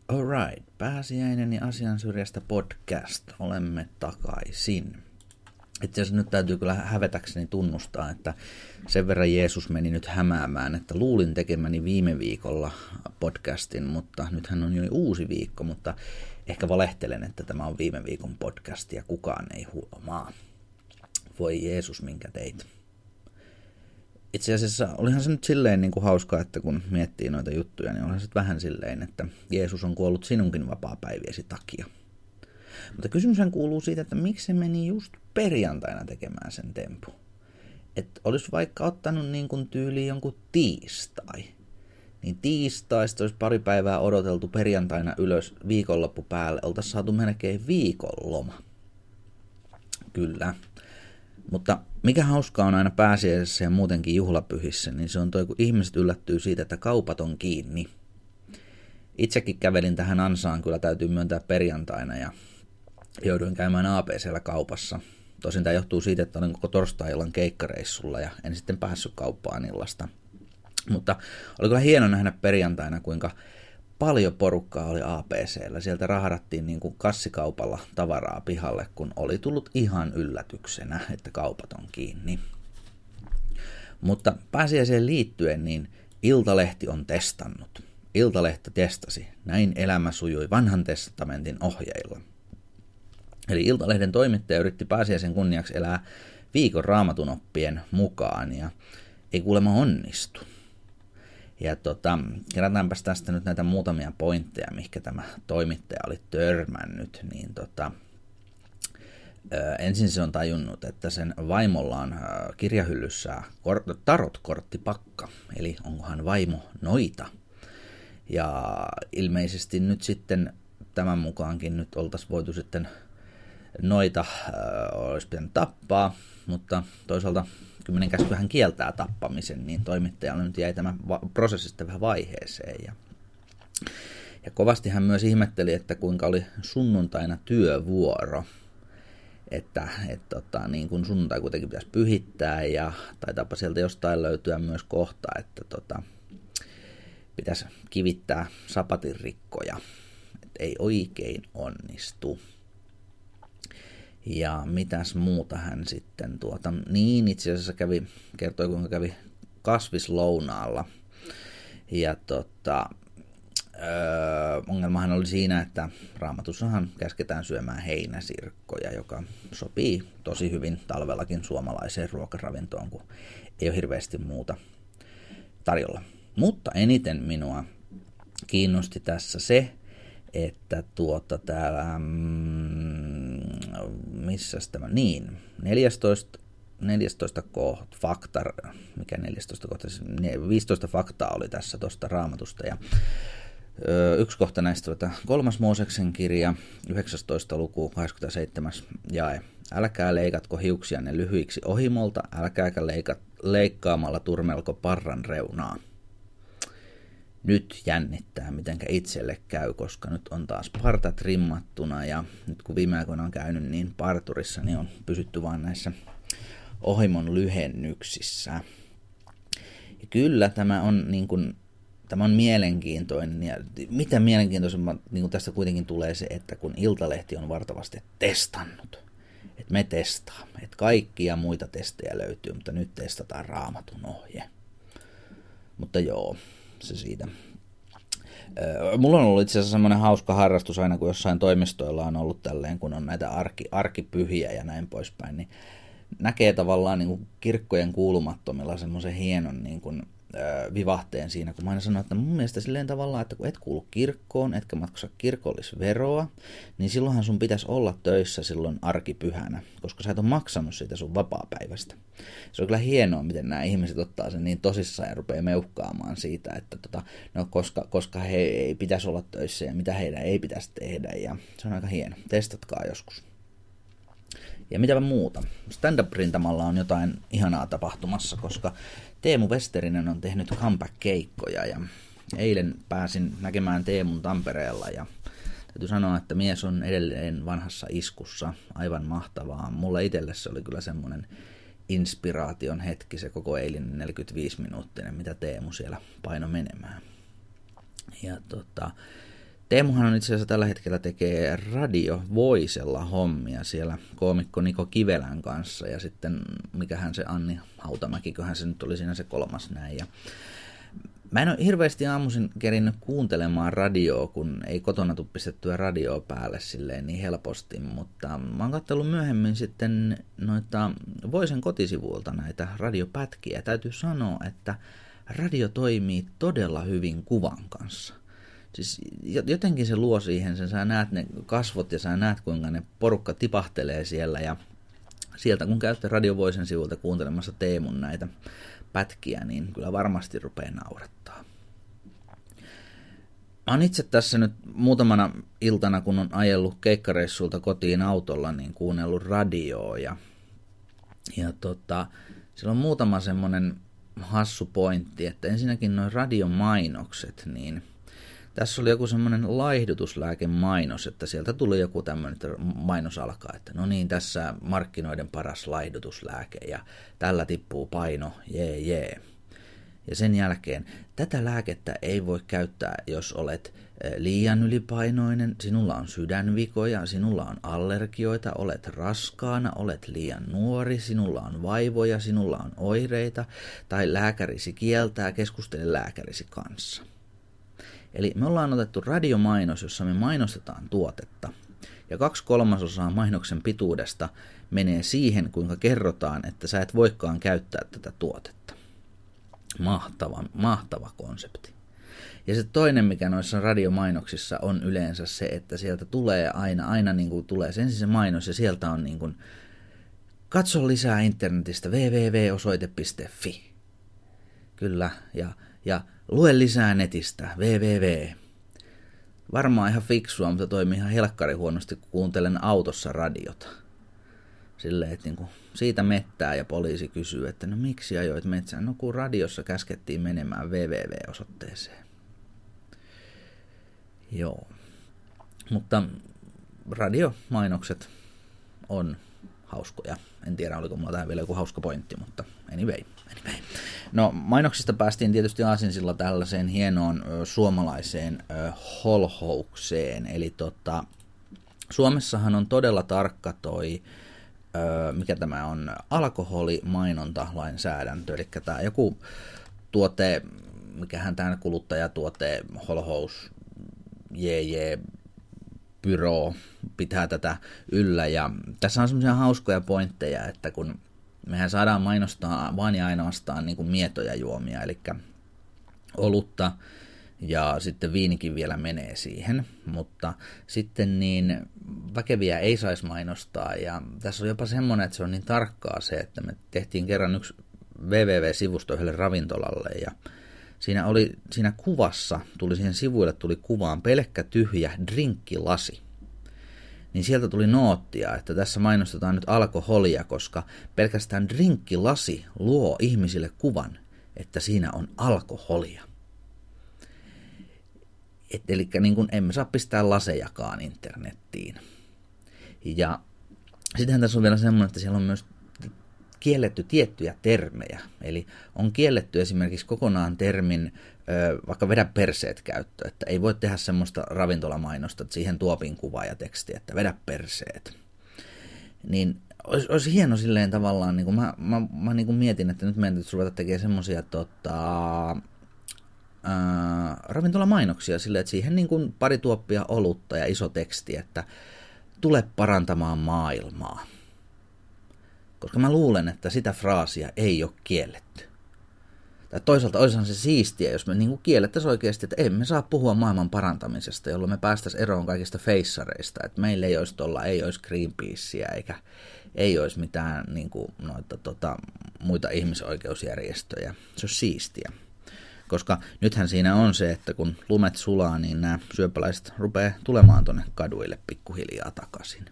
Alright, pääsiäinen ja asiansyrjästä podcast. Olemme takaisin. Itse asiassa nyt täytyy kyllä hävetäkseni tunnustaa, että sen verran Jeesus meni nyt hämäämään, että luulin tekemäni viime viikolla podcastin, mutta nythän on jo uusi viikko, mutta ehkä valehtelen, että tämä on viime viikon podcast ja kukaan ei huomaa. Voi Jeesus, minkä teit. Itse asiassa olihan se nyt silleen niin kuin hauskaa, että kun miettii noita juttuja, niin olihan se vähän silleen, että Jeesus on kuollut sinunkin vapaapäiviesi takia. Mutta kysymyshän kuuluu siitä, että miksi se meni just perjantaina tekemään sen tempun. Että olisi vaikka ottanut niin kuin tyyliin jonkun tiistai. Niin tiistaista olisi pari päivää odoteltu perjantaina ylös viikonloppu päälle. Oltaisiin saatu melkein viikonloma. Kyllä. Mutta mikä hauskaa on aina pääsiäisessä ja muutenkin juhlapyhissä, niin se on toi, kun ihmiset yllättyy siitä, että kaupat on kiinni. Itsekin kävelin tähän ansaan, kyllä täytyy myöntää perjantaina ja jouduin käymään ABC:llä kaupassa. Tosin tämä johtuu siitä, että olin koko torstai-illan keikkareissulla ja en sitten päässyt kauppaan illasta. Mutta oli kyllä hieno nähdä perjantaina, kuinka paljon porukkaa oli ABC:llä. Sieltä rahadattiin niin kuin kassikaupalla tavaraa pihalle, kun oli tullut ihan yllätyksenä, että kaupat on kiinni. Mutta pääsiäiseen liittyen, niin Iltalehti on testannut. Iltalehti testasi. Näin elämä sujui vanhan testamentin ohjeilla. Eli Iltalehden toimittaja yritti pääsiäisen kunniaksi elää viikon raamatun oppien mukaan ja ei kuulemma onnistu. Ja kerätäänpäs tästä nyt näitä muutamia pointteja, mihinkä tämä toimittaja oli törmännyt. Niin ensin se on tajunnut, että sen vaimolla on kirjahyllyssä tarotkorttipakka, eli onkohan vaimo noita. Ja ilmeisesti nyt sitten tämän mukaankin nyt oltaisiin voitu sitten noita olisi pitänyt tappaa, mutta toisaalta 10 käskyhän kieltää tappamisen, niin toimittajalle nyt jäi tämä prosessista vähän vaiheeseen. Ja kovasti hän myös ihmetteli, että kuinka oli sunnuntaina työvuoro, että niin kuin sunnuntai kuitenkin pitäisi pyhittää ja taitaapa sieltä jostain löytyä myös kohta, että pitäisi kivittää sapatin rikkoja, että ei oikein onnistu. Ja mitäs muuta hän sitten niin itse asiassa kertoi kuinka kävi kasvislounaalla. Ja ongelmahan oli siinä, että Raamatussahan käsketään syömään heinäsirkkoja, joka sopii tosi hyvin talvellakin suomalaiseen ruokaravintoon, kun ei ole hirveästi muuta tarjolla. Mutta eniten minua kiinnosti tässä se, että täällä, missäs tämä, 14 fakta, mikä 14 kohta, 15 faktaa oli tässä tuosta Raamatusta, ja yksi kohta näistä on 3. Mooseksen kirja, 19. luku, 27. jae. Älkää leikatko hiuksianne lyhyiksi ohimolta, älkääkä leikkaamalla turmelko parran reunaa. Nyt jännittää, mitenkä itselle käy, koska nyt on taas partat rimmattuna ja nyt kun viime aikoina on käynyt niin parturissa, niin on pysytty vaan näissä ohimon lyhennyksissä. Ja kyllä tämä on mielenkiintoinen ja mitä mielenkiintoisemmin niin tästä kuitenkin tulee se, että kun Iltalehti on vartavasti testannut, että me testaamme, että kaikkia muita testejä löytyy, mutta nyt testataan Raamatun ohje. Mutta joo. Se siitä. Mulla on ollut itse asiassa semmoinen hauska harrastus aina, kun jossain toimistoilla on ollut tälleen, kun on näitä arkipyhiä ja näin poispäin, niin näkee tavallaan niin kuin kirkkojen kuulumattomilla semmoisen hienon niin kuin, vivahteen siinä, kun mä aina sanon, että mun mielestä silleen tavallaan, että kun et kuulu kirkkoon, etkä maksa kirkollisveroa, niin silloinhan sun pitäisi olla töissä silloin arkipyhänä, koska sä et ole maksanut siitä sun vapaapäivästä. Se on kyllä hienoa, miten nämä ihmiset ottaa sen niin tosissaan ja rupeaa meuhkaamaan siitä, että koska he ei pitäisi olla töissä ja mitä heidän ei pitäisi tehdä, ja se on aika hieno. Testatkaa joskus. Ja mitäpä muuta. Stand-up-rintamalla on jotain ihanaa tapahtumassa, koska Teemu Westerinen on tehnyt comeback-keikkoja ja eilen pääsin näkemään Teemun Tampereella ja täytyy sanoa, että mies on edelleen vanhassa iskussa. Aivan mahtavaa. Mulle itselle se oli kyllä semmoinen inspiraation hetki, se koko eilinen 45-minuuttinen, mitä Teemu siellä paino menemään. Ja Teemuhan on itse asiassa tällä hetkellä tekee Radio Voicella hommia siellä koomikko Niko Kivelän kanssa ja sitten mikähän se Anni Hautamäkiköhän se nyt oli siinä se kolmas näin. Ja mä en ole hirveästi aamuisin kerinnyt kuuntelemaan radioa, kun ei kotona tule pistettyä radioa päälle silleen niin helposti, mutta mä oon katsellut myöhemmin sitten noita Voicen kotisivuilta näitä radiopätkiä. Täytyy sanoa, että radio toimii todella hyvin kuvan kanssa. Siis jotenkin se luo siihen, sä näet ne kasvot ja sä näet kuinka ne porukka tipahtelee siellä ja sieltä kun käytte Radio Voicen sivulta kuuntelemassa Teemun näitä pätkiä, niin kyllä varmasti rupeaa naurattaa. Mä oon itse tässä nyt muutamana iltana, kun on ajellut keikkareissulta kotiin autolla, niin kuunnellut radioa ja siellä on muutama semmonen hassu pointti, että ensinnäkin noin radiomainokset, niin tässä oli joku semmoinen laihdutuslääkemainos, että sieltä tuli joku tämmöinen mainos alkaa, että no niin, tässä markkinoiden paras laihdutuslääke ja tällä tippuu paino, jee. Ja sen jälkeen tätä lääkettä ei voi käyttää, jos olet liian ylipainoinen, sinulla on sydänvikoja, sinulla on allergioita, olet raskaana, olet liian nuori, sinulla on vaivoja, sinulla on oireita tai lääkärisi kieltää, keskustele lääkärisi kanssa. Eli me ollaan otettu radiomainos, jossa me mainostetaan tuotetta, ja 2/3 mainoksen pituudesta menee siihen, kuinka kerrotaan, että sä et voikaan käyttää tätä tuotetta. Mahtava konsepti. Ja se toinen, mikä noissa radiomainoksissa on yleensä se, että sieltä tulee aina niin kuin tulee ensin se mainos, ja sieltä on niin kuin, katso lisää internetistä www.osoite.fi. Kyllä, ja lue lisää netistä, www. Varmaan ihan fiksua, mutta toimii ihan helkkari huonosti, kun kuuntelen autossa radiota. Silleen, että niinku siitä mettää ja poliisi kysyy, että no miksi ajoit metsään? No kun radiossa käskettiin menemään www-osoitteeseen. Joo. Mutta radiomainokset on hauskoja. En tiedä, oliko mulla tähän vielä joku hauska pointti, mutta anyway. No mainoksista päästiin tietysti aasinsilla tällaiseen hienoon suomalaiseen holhoukseen. Eli Suomessahan on todella tarkka toi, mikä tämä on, alkoholimainontalainsäädäntö. Eli tämä joku tuote, mikähän tämä kuluttajatuote, holhous, pyro pitää tätä yllä. Ja tässä on semmoisia hauskoja pointteja, että kun mehän saadaan mainostaa vaan ja ainoastaan niin kuin mietoja juomia, eli olutta ja sitten viinikin vielä menee siihen, mutta sitten niin väkeviä ei saisi mainostaa ja tässä on jopa semmoinen, että se on niin tarkkaa se, että me tehtiin kerran yksi www-sivusto yhdelle ravintolalle ja siinä kuvassa siihen sivuille tuli kuvaan pelkkä tyhjä drinkkilasi. Niin sieltä tuli noottia, että tässä mainostetaan nyt alkoholia, koska pelkästään drinkkilasi luo ihmisille kuvan, että siinä on alkoholia. Eli niin kuin emme saa pistää lasejakaan internettiin. Ja sittenhän tässä on vielä semmoinen, että siellä on myös kielletty tiettyjä termejä. Eli on kielletty esimerkiksi kokonaan termin vaikka vedä perseet käyttö, että ei voi tehdä semmoista ravintolamainosta, että siihen tuopin kuva ja teksti, että vedä perseet. Niin olisi hieno silleen tavallaan, niin kuin mä niin kuin mietin, että nyt meidän täytyisi ruveta tekemään semmoisia ravintolamainoksia silleen, että siihen niin kuin pari tuoppia olutta ja iso teksti, että tule parantamaan maailmaa. Koska mä luulen, että sitä fraasia ei ole kielletty. Tai toisaalta olisihan se siistiä, jos me niin kiellettäisiin oikeasti, että emme saa puhua maailman parantamisesta, jolloin me päästäisiin eroon kaikista feissareista. Että meillä ei olisi ei olisi Greenpeacea eikä ei olisi mitään niin kuin, muita ihmisoikeusjärjestöjä. Se on siistiä. Koska nythän siinä on se, että kun lumet sulaa, niin nämä syöpäläiset rupeaa tulemaan tuonne kaduille pikkuhiljaa takaisin.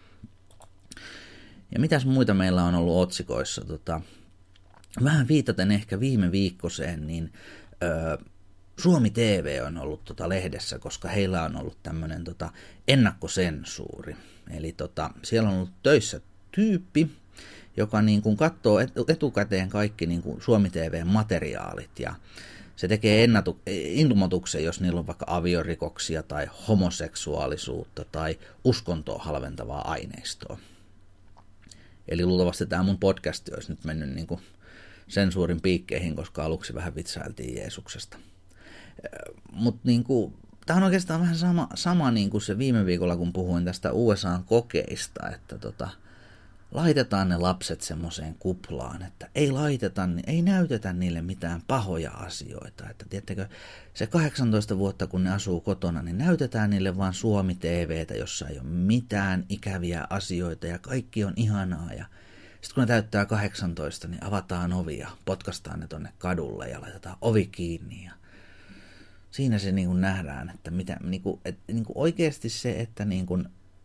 Ja mitäs muita meillä on ollut otsikoissa? Vähän viitaten ehkä viime viikkoseen, niin Suomi TV on ollut lehdessä, koska heillä on ollut tämmöinen ennakkosensuuri. Eli siellä on ollut töissä tyyppi, joka niin kuin katsoo etukäteen kaikki niin kuin Suomi TV:n materiaalit ja se tekee ilmoituksen, jos niillä on vaikka aviorikoksia tai homoseksuaalisuutta tai uskontoa halventavaa aineistoa. Eli luultavasti tämä mun podcast olisi nyt mennyt niin kuin sensuurin piikkeihin, koska aluksi vähän vitsailtiin Jeesuksesta. Mutta niin tämä on oikeastaan vähän sama niin kuin se viime viikolla, kun puhuin tästä USA-kokeista, että laitetaan ne lapset semmoiseen kuplaan, että ei näytetä niille mitään pahoja asioita. Että tiedättekö, se 18 vuotta, kun ne asuu kotona, niin näytetään niille vaan Suomi-TVtä, jossa ei ole mitään ikäviä asioita ja kaikki on ihanaa. Ja sitten kun ne täyttää 18, niin avataan ovi ja potkastaan ne tonne kadulle ja laitetaan ovi kiinni. Ja siinä se niin kuin nähdään, että oikeasti se, että niin kuin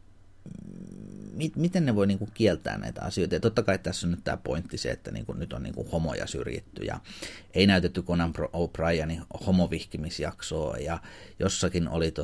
miten ne voi niinku kieltää näitä asioita. Ja totta kai tässä on nyt tämä pointti se, että niinku nyt on niinku homoja syrjitty ja ei näytetty Conan O'Brienin homovihkimisjaksoa ja jossakin oli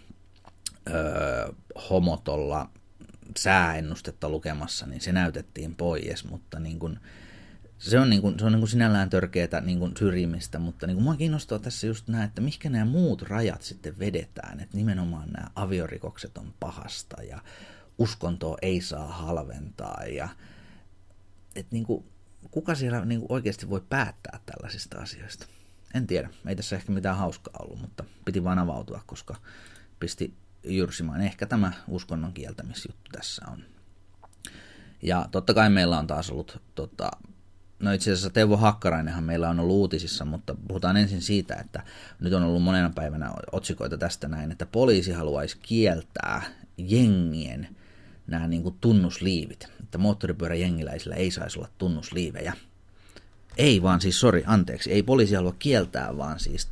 homo tuolla sääennustetta lukemassa, niin se näytettiin pois, mutta niinku, se on sinällään törkeätä niinku syrjimistä, mutta niinku mua kiinnostaa tässä just nämä, että mihinkä nämä muut rajat sitten vedetään, että nimenomaan nämä aviorikokset on pahasta ja uskontoa ei saa halventaa ja että niinku, kuka siellä niinku oikeasti voi päättää tällaisista asioista. En tiedä, ei tässä ehkä mitään hauskaa ollut, mutta piti vaan avautua, koska pisti jyrsimään. Ehkä tämä uskonnon kieltämisjuttu tässä on. Ja totta kai meillä on taas ollut, no itse asiassa Teuvo Hakkarainenhan meillä on ollut uutisissa, mutta puhutaan ensin siitä, että nyt on ollut monena päivänä otsikoita tästä näin, että poliisi haluaisi kieltää jengien nämä niin kuin tunnusliivit, että moottoripyöräjengiläisillä ei saisi olla tunnusliivejä. Ei vaan siis, ei poliisi halua kieltää, vaan siis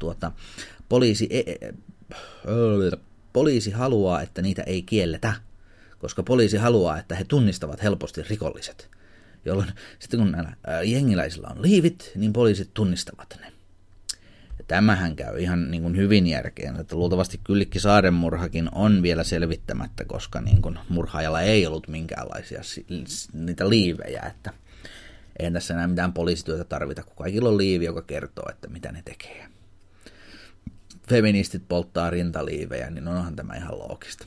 poliisi haluaa, että niitä ei kielletä, koska poliisi haluaa, että he tunnistavat helposti rikolliset. Jolloin sitten kun näillä jengiläisillä on liivit, niin poliisit tunnistavat ne. Ja tämähän käy ihan niin kuin hyvin järkeen, että luultavasti Kyllikki Saarenmurhakin on vielä selvittämättä, koska niin kuin murhaajalla ei ollut minkäänlaisia niitä liivejä, että ei tässä enää mitään poliisityötä tarvita, kun kaikilla on liivi, joka kertoo, että mitä ne tekee. Feministit polttaa rintaliivejä, niin onhan tämä ihan loogista.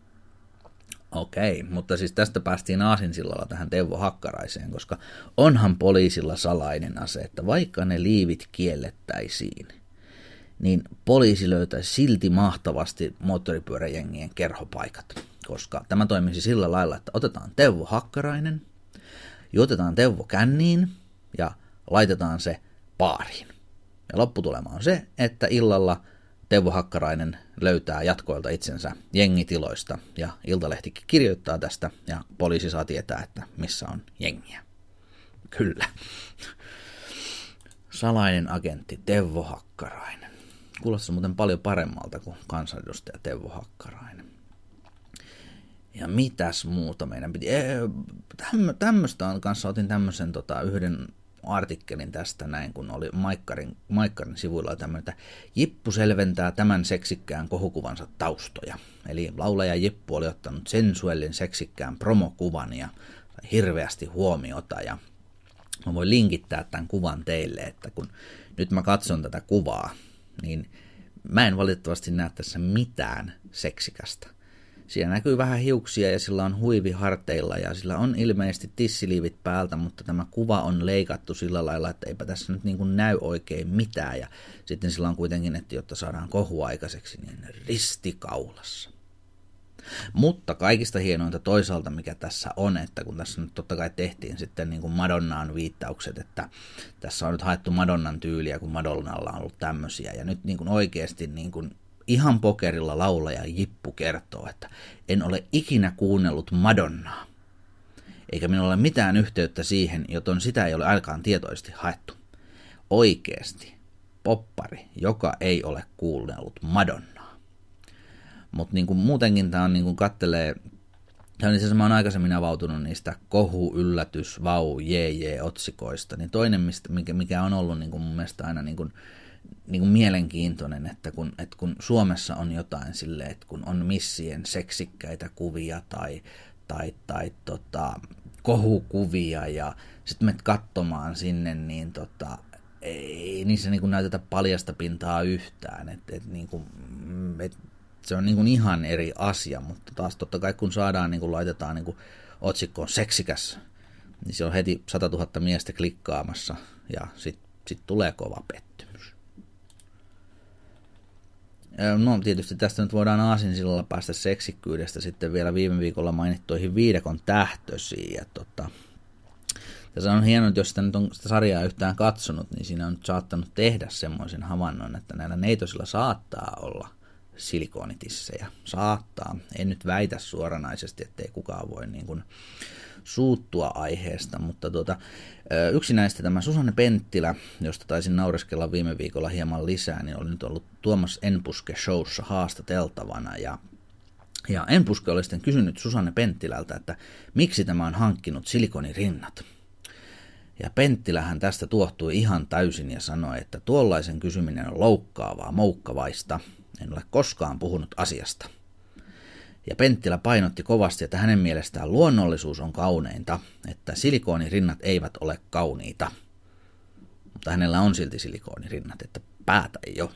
Okei, mutta siis tästä päästiin aasinsillalla tähän Teuvo Hakkaraiseen, koska onhan poliisilla salainen ase, että vaikka ne liivit kiellettäisiin, niin poliisi löytäisi silti mahtavasti moottoripyöräjengien kerhopaikat, koska tämä toimisi sillä lailla, että otetaan Teuvo Hakkarainen, juotetaan Teuvo känniin ja laitetaan se baariin. Ja lopputulema on se, että illalla Teuvo Hakkarainen löytää jatkoilta itsensä jengitiloista ja Iltalehtikin kirjoittaa tästä ja poliisi saa tietää, että missä on jengiä. Kyllä. Salainen agentti Teuvo Hakkarainen. Kuulostaa muuten paljon paremmalta kuin kansanedustaja Teuvo Hakkarainen. Ja mitäs muuta meidän piti? Tämmöistä on kanssa, otin tämmöisen yhden artikkelin tästä näin, kun oli Maikkarin sivuilla tämmöinen, että Jippu selventää tämän seksikkään kohukuvansa taustoja. Eli laulaja Jippu oli ottanut sensuellin seksikkään promokuvan ja sai hirveästi huomiota. Ja mä voin linkittää tämän kuvan teille, että kun nyt mä katson tätä kuvaa, niin mä en valitettavasti näe tässä mitään seksikästä. Siinä näkyy vähän hiuksia ja sillä on huivi harteilla ja sillä on ilmeisesti tissiliivit päältä, mutta tämä kuva on leikattu sillä lailla, että eipä tässä nyt niin kuin näy oikein mitään. Ja sitten sillä on kuitenkin, että jotta saadaan kohua aikaiseksi, niin ristikaulassa. Mutta kaikista hienointa toisaalta, mikä tässä on, että kun tässä nyt totta kai tehtiin sitten niin kuin Madonnaan viittaukset, että tässä on nyt haettu Madonnan tyyliä, kun Madonnalla on ollut tämmöisiä. Ja nyt niin kuin oikeasti niin kuin ihan pokerilla laulaja Jippu kertoo, että en ole ikinä kuunnellut Madonnaa, eikä minulla ole mitään yhteyttä siihen, joten sitä ei ole ainakaan tietoisesti haettu. Oikeasti poppari, joka ei ole kuunnellut Madonnaa. Mutta niin muutenkin tämä on niin kattelee, ja niin mä oon aikaisemmin avautunut niistä kohu, yllätys, vau, jee otsikoista, niin toinen, mikä on ollut niin kuin mun mielestä aina niin kuin mielenkiintoinen, että kun Suomessa on jotain silleen, että kun on missien seksikkäitä kuvia tai kohukuvia ja sitten menet katsomaan sinne, niin ei niissä niin kuin näytetä paljasta pintaa yhtään. Se on niin kuin ihan eri asia, mutta taas totta kai kun saadaan, niin kuin laitetaan niin kuin otsikkoon seksikäs, niin se on heti 100 000 miestä klikkaamassa ja sit tulee kova pettymys. No tietysti tästä nyt voidaan aasinsillalla päästä seksikkyydestä sitten vielä viime viikolla mainittuihin Viidakon tähtöisiin. Ja tässä on hienoa, että jos sitä nyt on sitä sarjaa yhtään katsonut, niin siinä on nyt saattanut tehdä semmoisen havainnon, että näillä neitosilla saattaa olla silikoonitissejä. Saattaa. En nyt väitä suoranaisesti, ettei kukaan voi niin kuin suuttua aiheesta, mutta yksi näistä tämä Susanne Penttilä, josta taisin naureskella viime viikolla hieman lisää, niin oli nyt ollut Tuomas Enpuske-showssa haastateltavana, ja Enpuske oli sitten kysynyt Susanne Penttilältä, että miksi tämä on hankkinut silikonirinnat. Ja Penttilähän tästä tuohtui ihan täysin ja sanoi, että tuollaisen kysyminen on loukkaavaa, moukkavaista, en ole koskaan puhunut asiasta. Ja Penttilä painotti kovasti, että hänen mielestään luonnollisuus on kauneinta, että silikoonirinnat eivät ole kauniita. Mutta hänellä on silti silikoonirinnat, että päätä jo.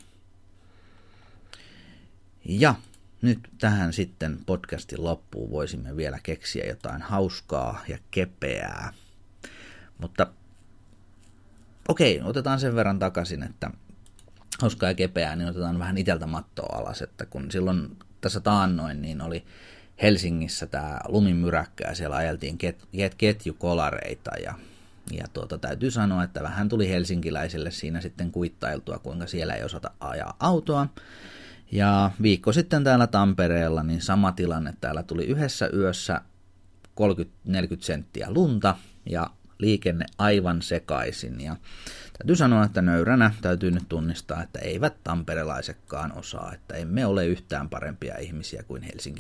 Ja nyt tähän sitten podcastin loppuun voisimme vielä keksiä jotain hauskaa ja kepeää. Mutta okei, otetaan sen verran takaisin, että hauskaa ja kepeää, niin otetaan vähän iteltä mattoa alas, että kun silloin tässä taannoin, niin oli Helsingissä tämä lumimyräkkä ja siellä ajeltiin ketjukolareita ja täytyy sanoa, että vähän tuli helsinkiläisille siinä sitten kuittailtua, kuinka siellä ei osata ajaa autoa. Ja viikko sitten täällä Tampereella, niin sama tilanne, täällä tuli yhdessä yössä 30-40 senttiä lunta ja liikenne aivan sekaisin. Ja täytyy sanoa, että nöyränä täytyy nyt tunnistaa, että eivät tamperelaisetkaan osaa, että emme ole yhtään parempia ihmisiä kuin Helsinki